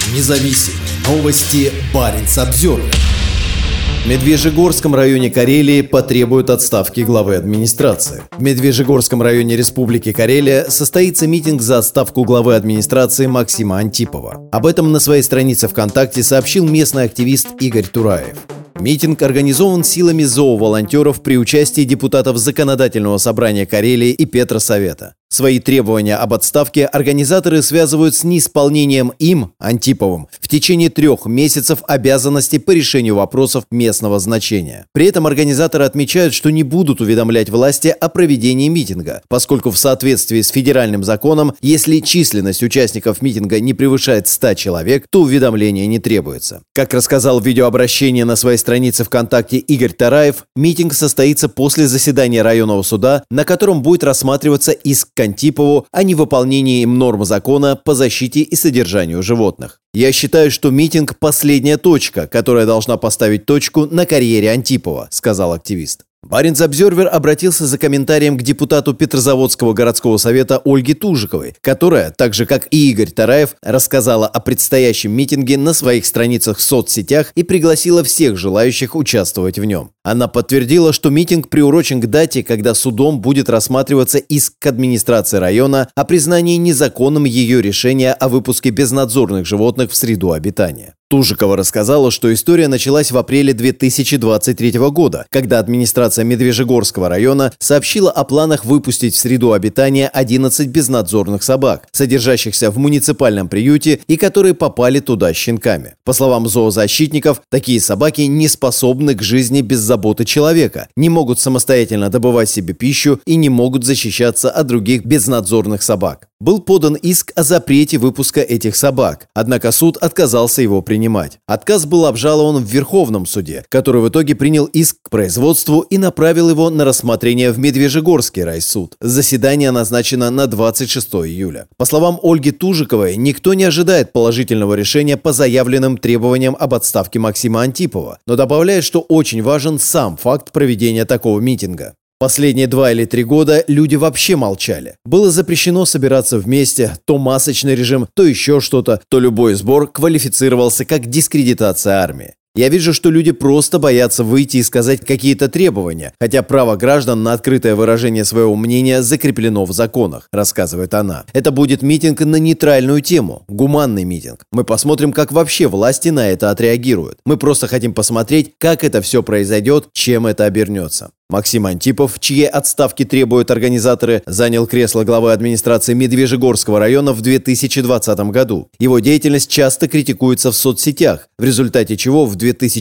Независимые новости. Баренц-Обзервер. В Медвежьегорском районе Карелии потребуют отставки главы администрации. В Медвежьегорском районе Республики Карелия состоится митинг за отставку главы администрации Максима Антипова. Об этом на своей странице ВКонтакте сообщил местный активист Игорь Тураев. Митинг организован силами зооволонтеров при участии депутатов Законодательного собрания Карелии и Петросовета. Свои требования об отставке организаторы связывают с неисполнением им, Антиповым, в течение 3 месяцев обязанностей по решению вопросов местного значения. При этом организаторы отмечают, что не будут уведомлять власти о проведении митинга, поскольку в соответствии с федеральным законом, если численность участников митинга не превышает 100 человек, то уведомление не требуется. Как рассказал в видеообращении на своей странице ВКонтакте Игорь Тураев, митинг состоится после заседания районного суда, на котором будет рассматриваться иск к Антипову о невыполнении им норм закона по защите и содержанию животных. «Я считаю, что митинг – последняя точка, которая должна поставить точку на карьере Антипова», – сказал активист. Баренц-Обзервер обратился за комментарием к депутату Петрозаводского городского совета Ольге Тужиковой, которая, так же как и Игорь Тураев, рассказала о предстоящем митинге на своих страницах в соцсетях и пригласила всех желающих участвовать в нем. Она подтвердила, что митинг приурочен к дате, когда судом будет рассматриваться иск к администрации района о признании незаконным ее решения о выпуске безнадзорных животных в среду обитания. Тужикова рассказала, что история началась в апреле 2023 года, когда администрация Медвежьегорского района сообщила о планах выпустить в среду обитания 11 безнадзорных собак, содержащихся в муниципальном приюте и которые попали туда щенками. По словам зоозащитников, такие собаки не способны к жизни без заботы человека, не могут самостоятельно добывать себе пищу и не могут защищаться от других безнадзорных собак. Был подан иск о запрете выпуска этих собак, однако суд отказался его принимать. Отказ был обжалован в Верховном суде, который в итоге принял иск к производству и направил его на рассмотрение в Медвежьегорский райсуд. Заседание назначено на 26 июля. По словам Ольги Тужиковой, никто не ожидает положительного решения по заявленным требованиям об отставке Максима Антипова, но добавляет, что очень важен сам факт проведения такого митинга. Последние 2 или 3 года люди вообще молчали. Было запрещено собираться вместе, то масочный режим, то еще что-то, то любой сбор квалифицировался как дискредитация армии. Я вижу, что люди просто боятся выйти и сказать какие-то требования, хотя право граждан на открытое выражение своего мнения закреплено в законах, рассказывает она. Это будет митинг на нейтральную тему, гуманный митинг. Мы посмотрим, как вообще власти на это отреагируют. Мы просто хотим посмотреть, как это все произойдет, чем это обернется. Максим Антипов, чьей отставки требуют организаторы, занял кресло главы администрации Медвежьегорского района в 2020 году. Его деятельность часто критикуется в соцсетях, в результате чего в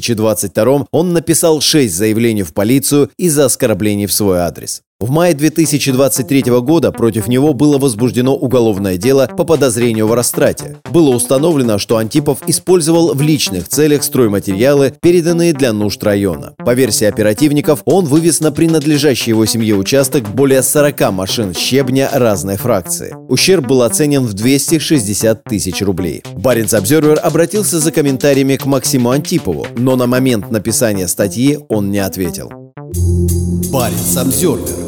2022 он написал 6 заявлений в полицию из-за оскорблений в свой адрес. В мае 2023 года против него было возбуждено уголовное дело по подозрению в растрате. Было установлено, что Антипов использовал в личных целях стройматериалы, переданные для нужд района. По версии оперативников, он вывез на принадлежащий его семье участок более 40 машин щебня разной фракции. Ущерб был оценен в 260 тысяч рублей. Баренц-Обзервер обратился за комментариями к Максиму Антипову, но на момент написания статьи он не ответил. Баренц-Обзервер.